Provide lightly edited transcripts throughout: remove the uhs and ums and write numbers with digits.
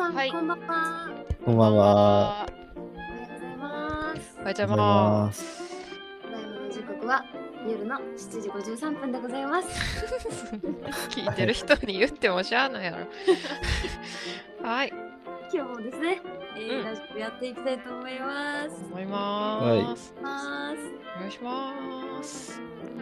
さん、 はいこんばんは。 こんばんは。 おはようございます。 おはようございます。 ただいまの時刻は夜の7時53分でございます。 聞いてる人に言ってもしゃあないやろ。はい。 今日もですね、 うんラジオやっていきたいと思います。 思います。 お願いします。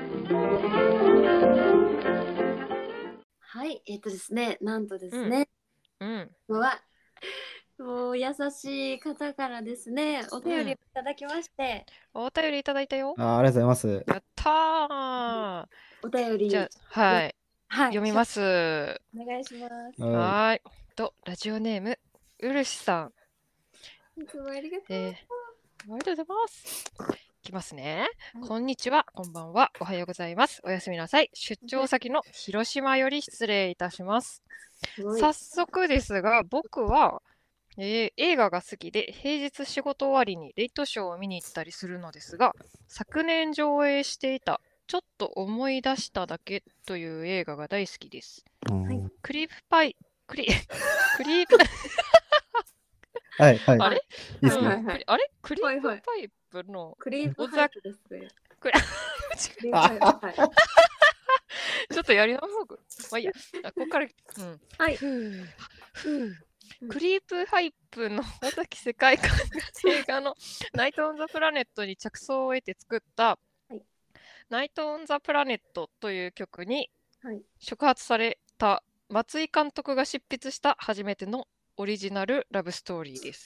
はい、ですね、なんとですね、 うん。 今日はもう優しい方からですね、お便りをいただきまして、 お便りいただいたよ。 ありがとうございます。 やったー。 お便り、 じゃあ、はい。 はい、 読みます。 お願いします。 はい。ラジオネーム、うるしさん。 いつもありがとう。 ありがとうございます。いきますね、 はいこんにちは、こんばんは、おはようございます。おやすみなさい。出張先の広島より失礼いたします。 すごい早速ですが、僕は、映画が好きで、平日仕事終わりにレイトショーを見に行ったりするのですが、昨年上映していた、ちょっと思い出しただけという映画が大好きです。 うんクリープパイ、クリープ、 はいはい。 あれいいですね。 はいはいあれクリープはいパイプの、 クリープハイプですね。 クリクリープハイプ、はい。 ちょっとやり直そうか。まあいいや。ここから、 はい。 クリープハイプの尾崎世界観が映画のナイト・オン・ザ・プラネットに着想を得て作った、 はいナイト・オン・ザ・プラネットという曲にはい触発された松井監督が執筆した初めてのオリジナルラブストーリーです。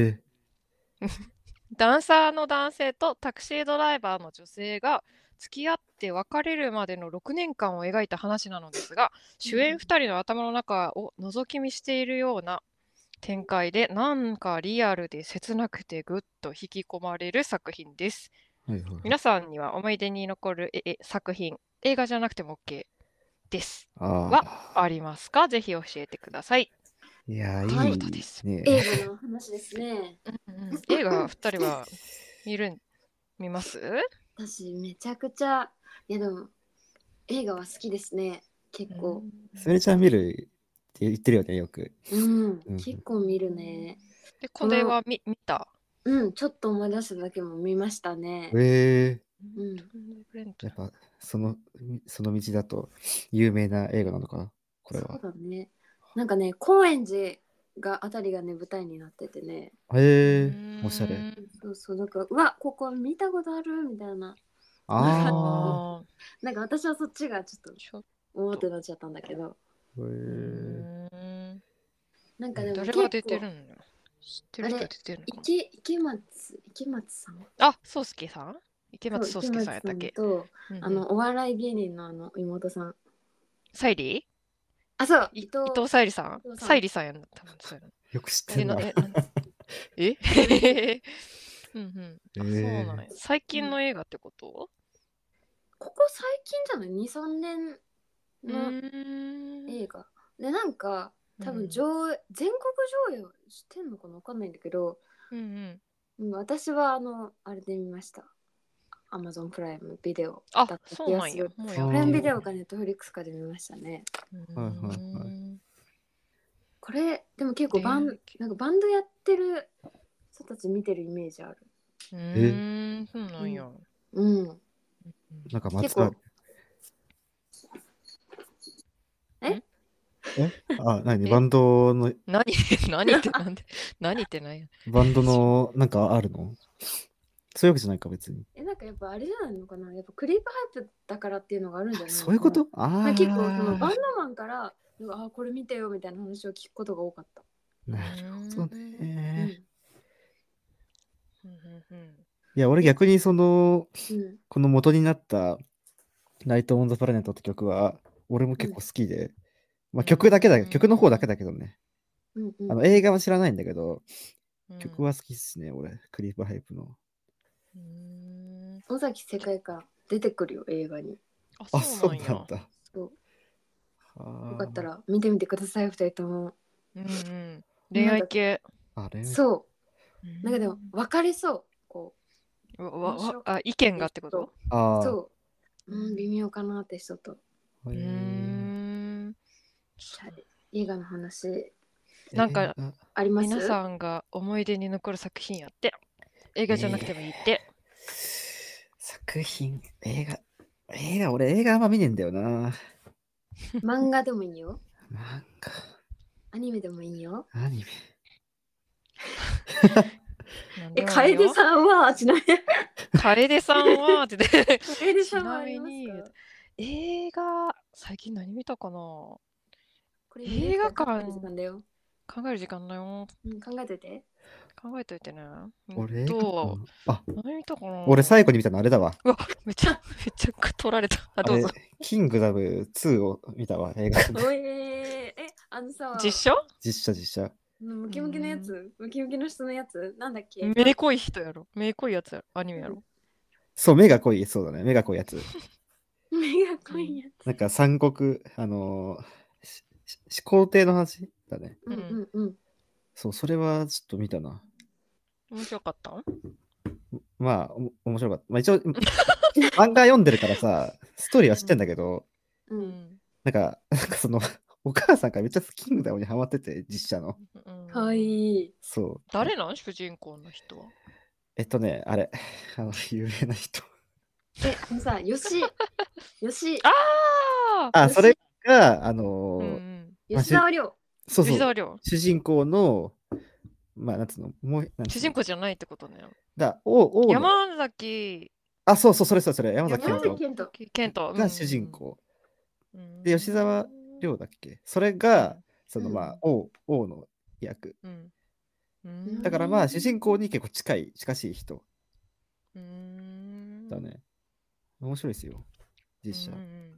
ダンサーの男性とタクシードライバーの女性が付き合って別れるまでの6年間を描いた話なのですが、主演2人の頭の中を覗き見しているような展開で、なんかリアルで切なくてぐっと引き込まれる作品です。 はいはい。 皆さんには思い出に残る作品、映画じゃなくても OK です。はありますか？ぜひ教えてください。 いやー、 はいいいですね。 映画の話ですね。 映画2人は見ます？ 私めちゃくちゃ、いやでも映画は好きですね。結構。 すみれちゃん見るって言ってるよね、よく。 結構見るね。 で、これは見た？ ちょっと思い出すだけも見ましたね。 やっぱその道だと有名な映画なのかな、これは。 そうだね。なんかね、高円寺があたりがね、舞台になっててね。 おしゃれ。 そうそう、なんか、うわ、ここ見たことあるみたいな。なんか私はそっちがちょっと思ってなっちゃったんだけど。なんかでも誰が出てるの？知ってる人出てるのかな？ 池松さん。 あ、宗介さん？池松壮亮さんやったっけ？ と、お笑い芸人の妹さん。 沙莉？ あ、そう、 伊藤沙莉さん？沙莉さんやんな、多分そうやな。 よく知ってんな。 そうなんや。最近の映画ってこと？ ここ最近じゃない ?2、3年の映画。で、なんか、多分全国上映してんのかなわかんないんだけど、私はあれで見ました。Amazon プライムビデオだった気がする。プライムビデオかネットフリックスかで見ましたね。これ、でも結構なんかバンドやってる人たち見てるイメージある。 そうなんや。 なんか松田。何バンドの。 何って何や。 バンドのなんかあるの？そういうわけじゃないか、別に。 なんかやっぱあれじゃないのかな、やっぱクリープハイプだからっていうのがあるんじゃないのかな。 そういうこと？ 結構そのバンドマンからこれ見てよみたいな話を聞くことが多かった。 なるほどね。いや、俺逆にこの元になったナイト・オン・ザ・プラネットって曲は俺も結構好きで、まあ曲の方だけだけどね。映画は知らないんだけど、曲は好きっすね、俺。クリープハイプの。 尾崎世界観出てくるよ、映画に。 あ、そうなんだ。 よかったら見てみてください、2人とも。 恋愛系。 そう。なんかでも分かれそう。 意見がってこと？ そう。微妙かなって人と。映画の話なんかあります？ 皆さんが思い出に残る作品やって。映画じゃなくてもいいって。 作品、俺映画あんま見ねえんだよな。 漫画でもいいよ。 漫画。 アニメでもいいよ。 アニメ。 楓さんはちなみに。 楓さんはって楓さんはありますか？ 映画、最近何見たかな？ これ映画館考える時間だよ。 考えといて。 考えといてね。 俺何見たかな？ 俺最後に見たのあれだわ。 うわ、めっちゃ取られた。あ、どうぞ。 キングダム2を見たわ、映画館で。 実写ムキムキのやつ、ムキムキの人のやつ、なんだっけ？ 目濃い人やろ。目濃いやつやろ。アニメやろ。 そう、目が濃い、そうだね。目が濃いやつ。 目が濃いやつ。 なんか三国、始皇帝の話だね。そう、それはちょっと見たな。 面白かった？ まあ、面白かった。まあ一応、漫画読んでるからさ、ストーリーは知ってんだけど、なんかその、お母さんがめっちゃキングダムにハマってて、実写の。 はい。 そう。 誰なん主人公の人は？ あれ、有名な人。それが、 吉沢亮。 そうそう。主人公の、まあ、なんつうの、 主人公じゃないってことね。 山崎。 そう、それ、山崎賢人が主人公。で、吉沢亮だっけ？それが、王の役。だからまあ、主人公に結構近しい人。だね。面白いですよ、実写。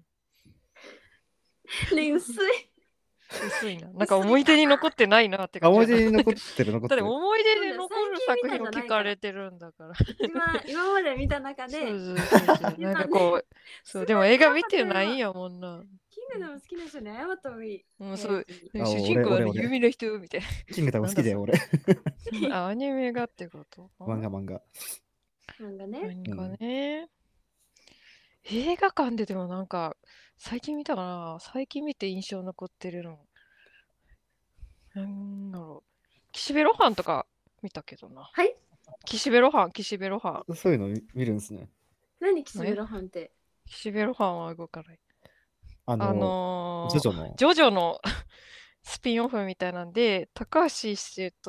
ね、 薄いな。なんか思い出に残ってないなって感じ。 思い出に残ってる。 だって思い出で残る作品を聞かれてるんだから。 今まで見た中で。 なんかこう、そう、でも映画見てないやもんな。 キングダム好きな人に謝った方がいい。 そう、主人公は有名な人みたいな。 キングダム好きだよ、俺。 アニメがってこと？ 漫画ね。 映画館ででもなんか、最近見たかな？最近見て印象残ってるの。なんだろう。岸辺露伴とか見たけどな。 はい？ 岸辺露伴。 そういうの見るんですね。 何岸辺露伴って？ 岸辺露伴は動かない。 ジョジョのスピンオフみたいなんで、高橋一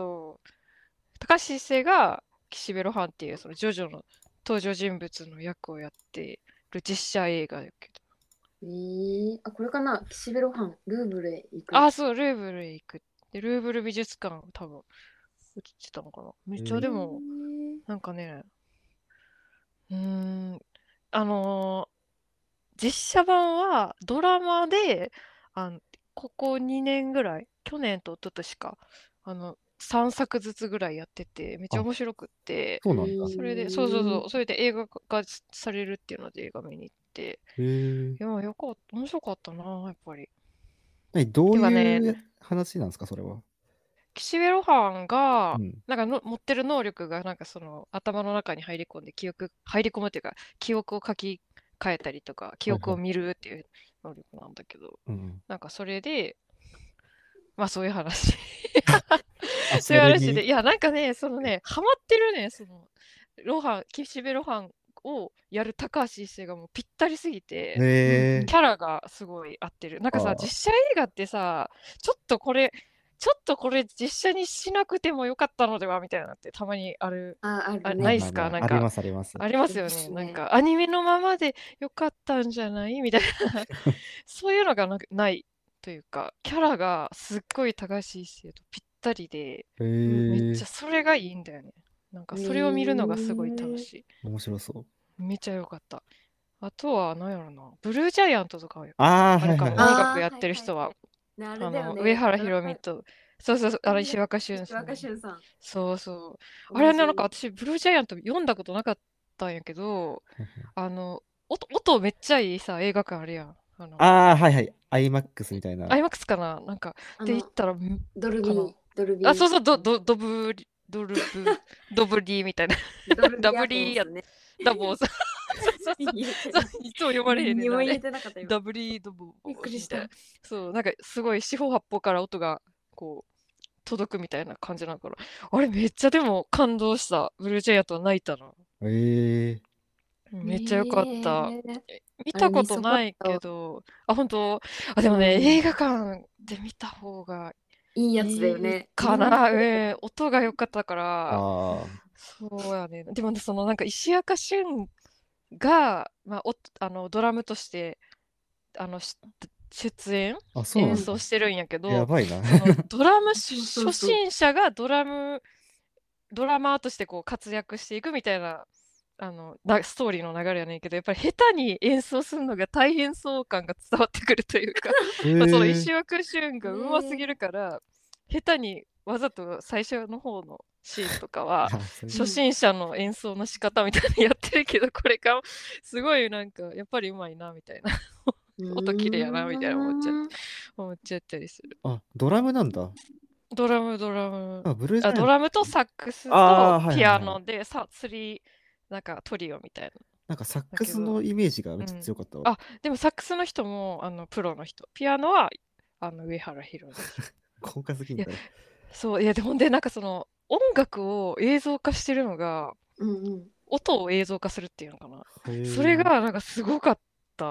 生が岸辺露伴っていうそのジョジョの登場人物の役をやってる実写映画だけど。 これかな？岸辺露伴、ルーブルへ行く。 そう、ルーブルへ行く。で、ルーブル美術館多分映ってたのかな。めっちゃでも、なんかね、実写版はドラマで、ここ2年ぐらい、去年と一昨年か、3作ずつぐらいやってて、めっちゃ面白くって、 そうなんだ。 それで映画化されるっていうので映画見に行って、いや、面白かったな、やっぱり。 どういう話なんですか、それは。 岸辺露伴が、なんか持ってる能力が、なんかその頭の中に入り込んで、入り込むっていうか、記憶を書き換えたりとか、記憶を見るっていう能力なんだけど、なんかそれで、まあそういう話。そういう話で、いや、なんかね、ハマってるね、岸辺露伴をやる高橋一生がもうぴったりすぎて、キャラがすごい合ってる。なんかさ、実写映画ってさ、ちょっとこれ実写にしなくてもよかったのではみたいなってたまにある。ないっすか？なんか。 あります。 ありますよね。なんかアニメのままでよかったんじゃないみたいな。そういうのがないというか、キャラがすっごい高橋一生とぴったりで、めっちゃそれがいいんだよね。なんかそれを見るのがすごい楽しい。 面白そう。 めっちゃ良かった。あとは何やろな、ブルージャイアントとかはあれかも、音楽やってる人は上原ひろみと、そう、石若俊さん。そうそう。あれなんか私ブルージャイアント読んだことなかったんやけど、音めっちゃいいさ映画館あるやん。 IMAX みたいな。 IMAX かな、なんかで行ったらドルビー。 そう、ドブリーみたいな。ダブリーやね。ダボーさん。いつも読まれへんねん。ダブリードボー。 びっくりした。 そう、なんかすごい四方八方から音がこう届くみたいな感じだから、あれめっちゃでも感動した。ブルージャイアントは泣いたな。めっちゃ良かった。見たことないけど、本当。でもね、映画館で見た方がいいやつだよね。 かな。音が良かったから。 あそうやね。でもね、なんか石若俊が、ドラムとして、出演演奏してるんやけど、 やばいな。 ドラム初心者がドラマーとしてこう活躍していくみたいなストーリーの流れやねんけど、やっぱり下手に演奏するのが大変そう感が伝わってくるというか、その石若俊がうますぎるから、下手にわざと最初の方のシーンとかは初心者の演奏の仕方みたいなやってるけど、これがすごいなんかやっぱりうまいなみたいな音綺麗やなみたいな思っちゃったりする。 ドラムなんだ。 ドラム。 ブルージャイアントドラムとサックスとピアノでなんかトリオみたいな。 なんかサックスのイメージがめっちゃ強かったわ。 でもサックスの人もプロの人。ピアノは上原ひろみ。 効果好きみたいな。 そう、いや、ほんでなんか音楽を映像化してるのが、音を映像化するっていうのかな。それがなんかすごかった。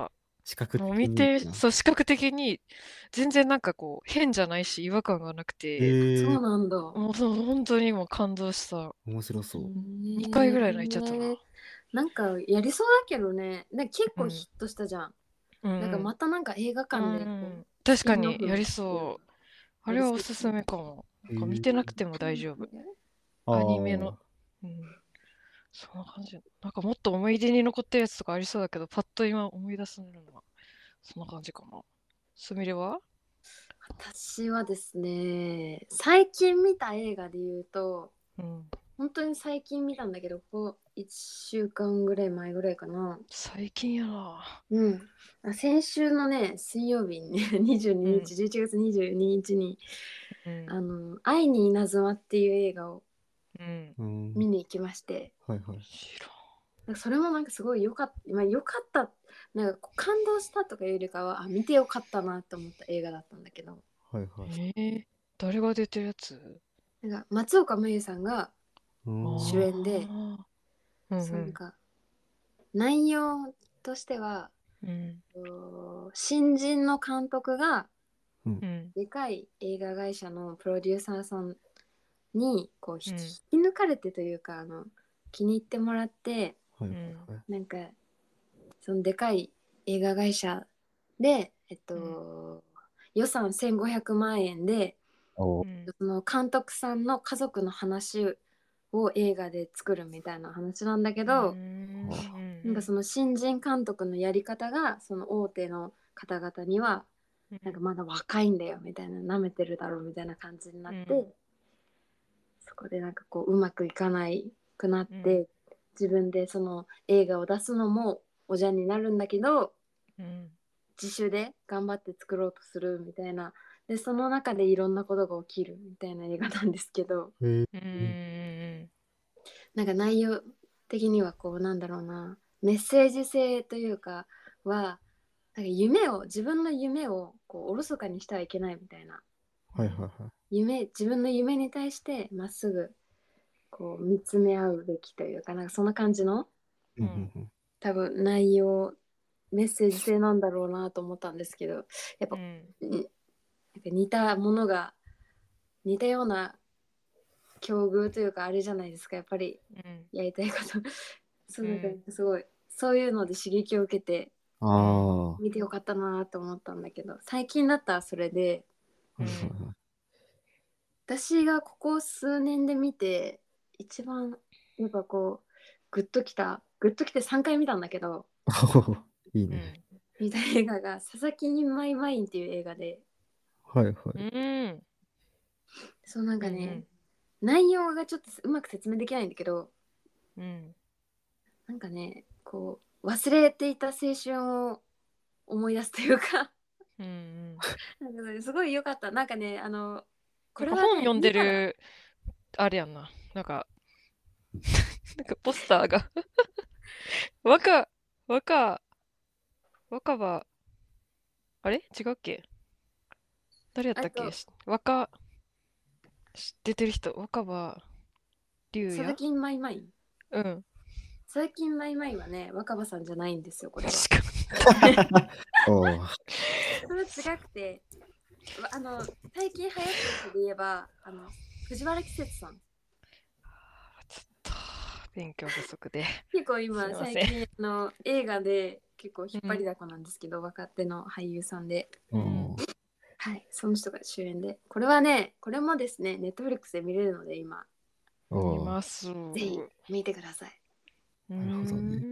視覚的に全然なんかこう変じゃないし違和感がなくて、 そうなんだ。 もう本当にもう感動した。 面白そう。 2回ぐらい泣いちゃったな。 なんかやりそうだけどね、結構ヒットしたじゃん。なんかまたなんか映画館で確かにやりそう。あれはおすすめかも。なんか見てなくても大丈夫。アニメの。そんな感じ。なんかもっと思い出に残ってるやつとかありそうだけど、パッと今思い出すのは、そんな感じかな。すみれは？ 私はですね、最近見た映画で言うと、本当に最近見たんだけど、ここ1週間ぐらい前ぐらいかな。 最近やな。 先週のね、水曜日にね、22日、11月22日に、愛に稲妻っていう映画を見に行きまして、それもなんかすごい良かった、良かった、なんか感動したとかいうよりかは、見てよかったなって思った映画だったんだけど。 誰が出てるやつ？ なんか松岡茉優さんが主演で、なんか内容としては、新人の監督が、でかい映画会社のプロデューサーさんにこう引き抜かれてというか、気に入ってもらって、なんかそのでかい映画会社で、予算1500万円で、その監督さんの家族の話を映画で作るみたいな話なんだけど、なんかその新人監督のやり方がその大手の方々にはなんかまだ若いんだよみたいな、舐めてるだろうみたいな感じになって、そこでなんかこううまくいかないくなって、自分でその映画を出すのもおじゃんになるんだけど、自主で頑張って作ろうとするみたいな、でその中でいろんなことが起きるみたいな映画なんですけど、なんか内容的にはこうなんだろうな、メッセージ性というかは、なんか自分の夢をこうおろそかにしてはいけないみたいな、自分の夢に対してまっすぐこう見つめ合うべきというか、なんかそんな感じの、多分内容メッセージ性なんだろうなと思ったんですけど、やっぱ、なんか似たような境遇というかあれじゃないですか、やっぱりやりたいことそう、なんかすごいそういうので刺激を受けて見てよかったなと思ったんだけど、最近だったらそれで、私がここ数年で見て一番やっぱこうグッときて3回見たんだけど、 いいね。 見た映画が佐々木にマイマインっていう映画で、そうなんかね、内容がちょっとうまく説明できないんだけど、なんかね、こう忘れていた青春を思い出すというかなんか、ね、すごい良かった。なんかね、 これは、ね、本読んでるあれやんな、なんかポスターが若葉あれ違うっけ、誰やったっけ、 出てる人、若葉龍也。 最近マイマイ。 うん。 最近マイマイはね、若葉さんじゃないんですよ、これは。 おーそれは違くて、最近流行ってる人で言えば、藤原季節さん。 ちょっと勉強不足で。 結構今、最近の映画で結構引っ張りだこなんですけど、若手の俳優さんで。はい、その人が主演で。これはね、これもですね、ネットフリックスで見れるので、今。 見ます。ぜひ見てください。 なるほどね。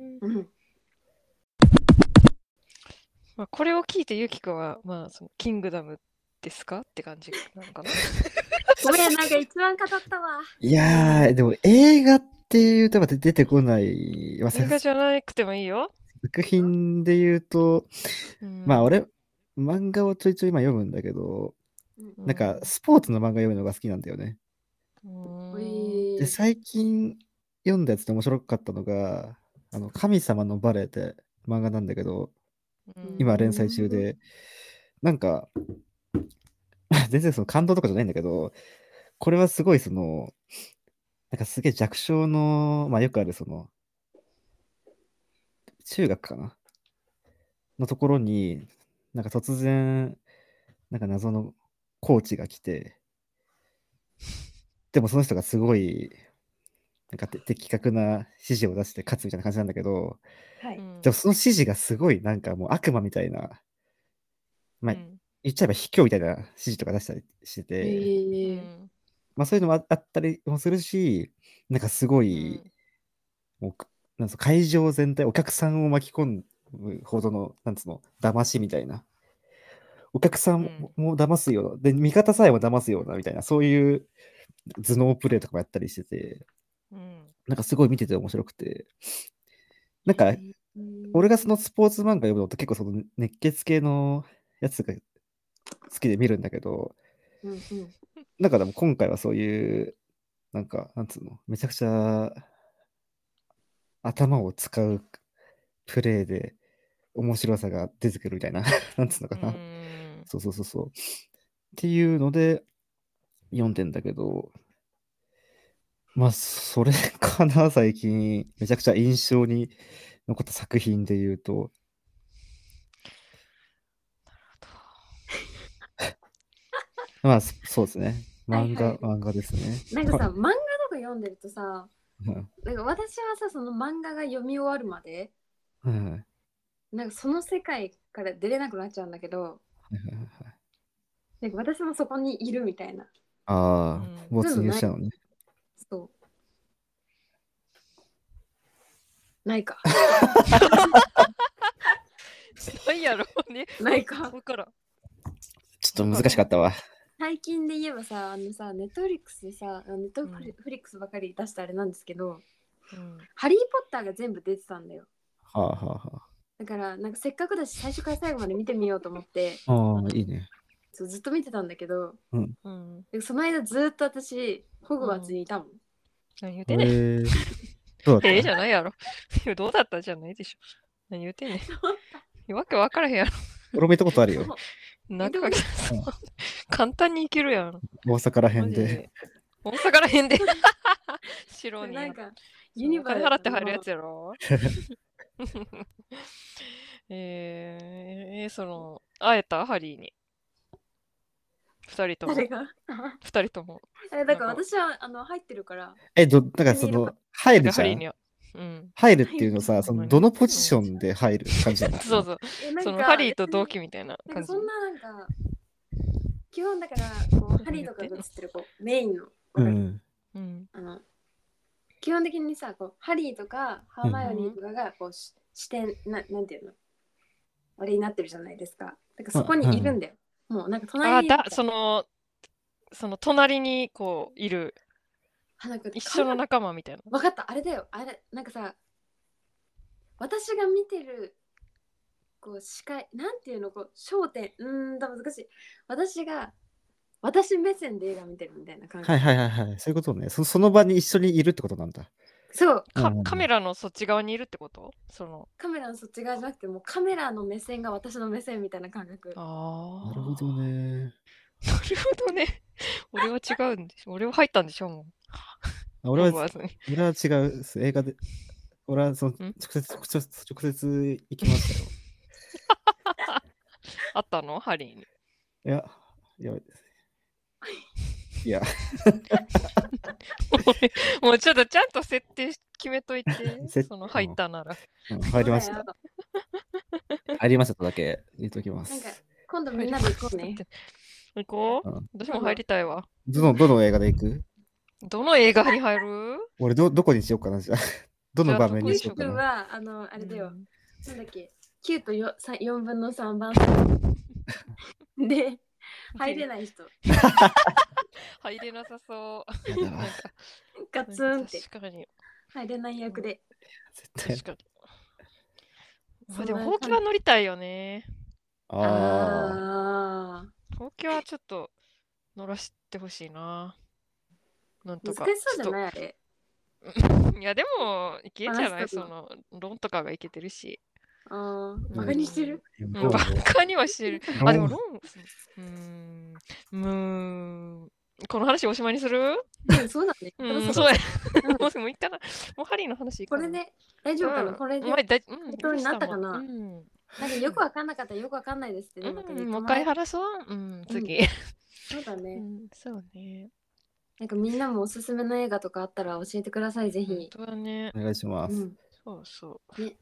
まあ、これを聞いてゆきくんは、まあ、そのキングダムですかって感じなのかな。 ごめん、なんか一番語ったわ。 いやー、でも映画っていうと出てこない。 映画じゃなくてもいいよ。 作品で言うと、まあ俺、漫画をちょいちょい今読むんだけど、なんかスポーツの漫画読むのが好きなんだよね。で、最近読んだやつで面白かったのが、神様のバレエって漫画なんだけど、今連載中で、なんか、全然その感動とかじゃないんだけど、これはすごいなんかすげえ弱小の、まあよくある中学かなのところに、なんか突然、なんか謎のコーチが来て、でもその人がすごい、なんか的確な指示を出して勝つみたいな感じなんだけど、 はい、 でもその指示がすごいなんかもう悪魔みたいな、まあ、言っちゃえば卑怯みたいな指示とか出したりしてて、まあそういうのもあったりもするし、なんかすごい、もうなんつう会場全体、お客さんを巻き込むほどの、なんつうの、騙しみたいな。お客さんも騙すような、で、味方さえも騙すようなみたいな、そういう頭脳プレイとかもやったりしてて、なんかすごい見てて面白くて、なんか、俺がそのスポーツ漫画読むのって結構その熱血系のやつが好きで見るんだけど、なんかでも今回はそういう、なんか、なんつうの、めちゃくちゃ頭を使うプレイで面白さが出てくるみたいな、なんつうのかな。そうそうそうそう。っていうので読んでんだけど、まあ、それかな、最近、めちゃくちゃ印象に残った作品で言うと。まあ、そうですね。漫画ですね。 なんかさ、漫画とか読んでるとさ、なんか私はさ、その漫画が読み終わるまで、なんかその世界から出れなくなっちゃうんだけど、なんか私もそこにいるみたいな。 ああ、没入しちゃうのね。 そう。ないか。 ないやろね。 ないか。 だから。 ちょっと難しかったわ。 最近で言えばさ、ネットフリックスでさ、ネットフリックスばかり出したあれなんですけど、ハリー・ポッターが全部出てたんだよ。だから、なんかせっかくだし最初から最後まで見てみようと思って、 いいね。 そうずっと見てたんだけど、でその間ずっと私、ホグワーツにいたもん。 何言うてんねん。 どうだったじゃないやろ。どうだったじゃないでしょ。何言うてんねん。わけ分からへんやろ。 俺も行ったことあるよ。 中垣さん、簡単に行けるやん。 大阪らへんで。 大阪らへんで。城に。 なんか、 ユニバー払って入るやつやろ。会えたハリーに。2人とも。 誰が ?2 人とも。 だから私は入ってるから。 だから入るじゃん。入るっていうのさ、どのポジションで入る感じなの？ そうそう。そのハリーと同期みたいな感じ。 そんななんか、基本だから、ハリーとかが映ってるメインの。基本的にさ、ハリーとかハーマイオニーとかが視点なんていうのあれになってるじゃないですか。だからそこにいるんだよ。もうなんか隣に。 その隣にいる。一緒の仲間みたいな。 分かった、あれだよ。あれ、なんかさ、私が見てる視界、なんていうの、焦点、難しい。私目線で映画見てるみたいな感じ。 はい。そういうことね。その場に一緒にいるってことなんだ。 そう。 カメラのそっち側にいるってこと？ カメラのそっち側じゃなくて、もうカメラの目線が私の目線みたいな感覚。 なるほどね。 なるほどね。 俺は違うんでしょ。俺は入ったんでしょ、もう。 俺は思わずに違うです。映画で。俺は直接行きましたよ。 あったのハリーに。 いや、やばいですね。いや、 もうちょっとちゃんと設定決めといて、その入ったなら。 入りました。入りましたとだけ言っときまなんかす。 今度みんなで行こうね。 行こう、私も入りたいわ。 どの映画で行く？ どの映画に入る？ 俺どこにしようかな、じゃあ。どの場面にしようかな。 はあれだよ。なんだっけ、9と4分の3番で入れない人。 入れなさそう。 なんかガツンって確かに入れない役で。 絶対。 確かに。まあでも、ほうきは乗りたいよね。 ああ。 ほうきはちょっと乗らしてほしいな。なんとか。 難しそうじゃないあれ。 いやでも、いけんじゃない？その、ロンとかがいけてるし。 ああ、バカにしてる？ バカにはしてる。あ、でもロン、この話おしまいにする？ そうだね。 そうや。もういったな。もうハリーの話いいかな。 これで大丈夫かな？これで人になったかな？なんかよくわかんなかったらよくわかんないですってね。 もう一回話そう。次。 そうだね。 そうね。 なんかみんなもおすすめの映画とかあったら教えてください、ぜひ。 本当だね。 お願いします。 そうそう。 ね。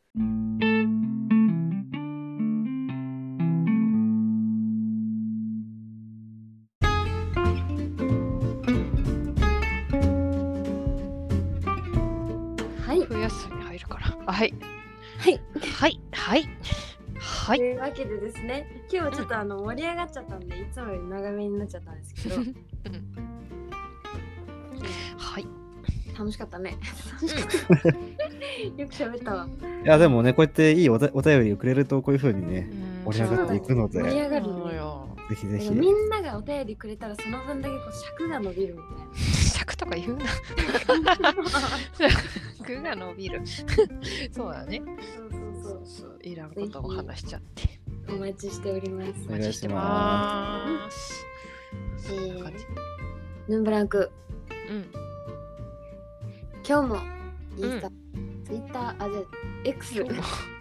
冬休み入るから。はい。 はい。 はい。はい。はい。 というわけでですね、今日はちょっと盛り上がっちゃったんで、いつもより長めになっちゃったんですけど。 はい。 楽しかったね。よく喋ったわ。 いや、でもね、こうやっていいお便りをくれると、こういう風にね、盛り上がっていくので、 盛り上がるのよ。ぜひぜひ。 みんながお便りくれたら、その分だけこう尺が伸びるみたいな。 尺とか言うな。尺が伸びる。そうだね。そう。いらんことを話しちゃって。 お待ちしております。 お願いします。 ヌンブランク。今日もインスタ、ツイッター、X。はい、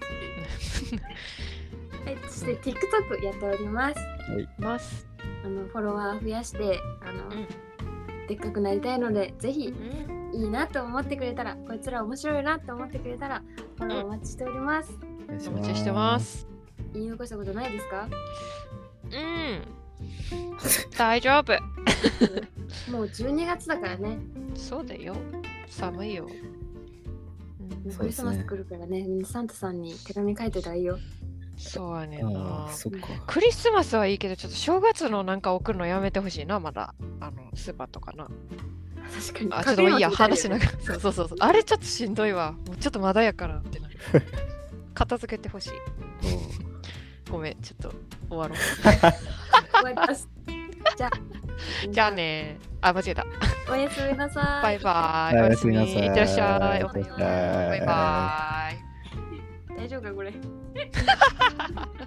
そして TikTok やっております。フォロワー増やして、でっかくなりたいので、ぜひいいなと思ってくれたら、こいつら面白いなと思ってくれたら、フォローお待ちしております。 お待ちしてます。 言い残したことないですか？ 大丈夫。 もう12月だからね。 そうだよ。寒いよ。 クリスマス来るからね、サンタさんに手紙書いてたらいいよ。 そうやねんな。 そっか。 クリスマスはいいけど、ちょっと正月のなんか送るのやめてほしいな、まだ。スーパーとかな。 確かに。 ちょっといいや、話しながら。そう。あれちょっとしんどいわ。もうちょっとまだやからってなる。片付けてほしい。ごめん、ちょっと終わろう。 終わります。 じゃあね。間違えた。 おやすみなさい。 バイバイ。 おやすみなさい。 いってらっしゃい。 バイバイ。 大丈夫かこれ。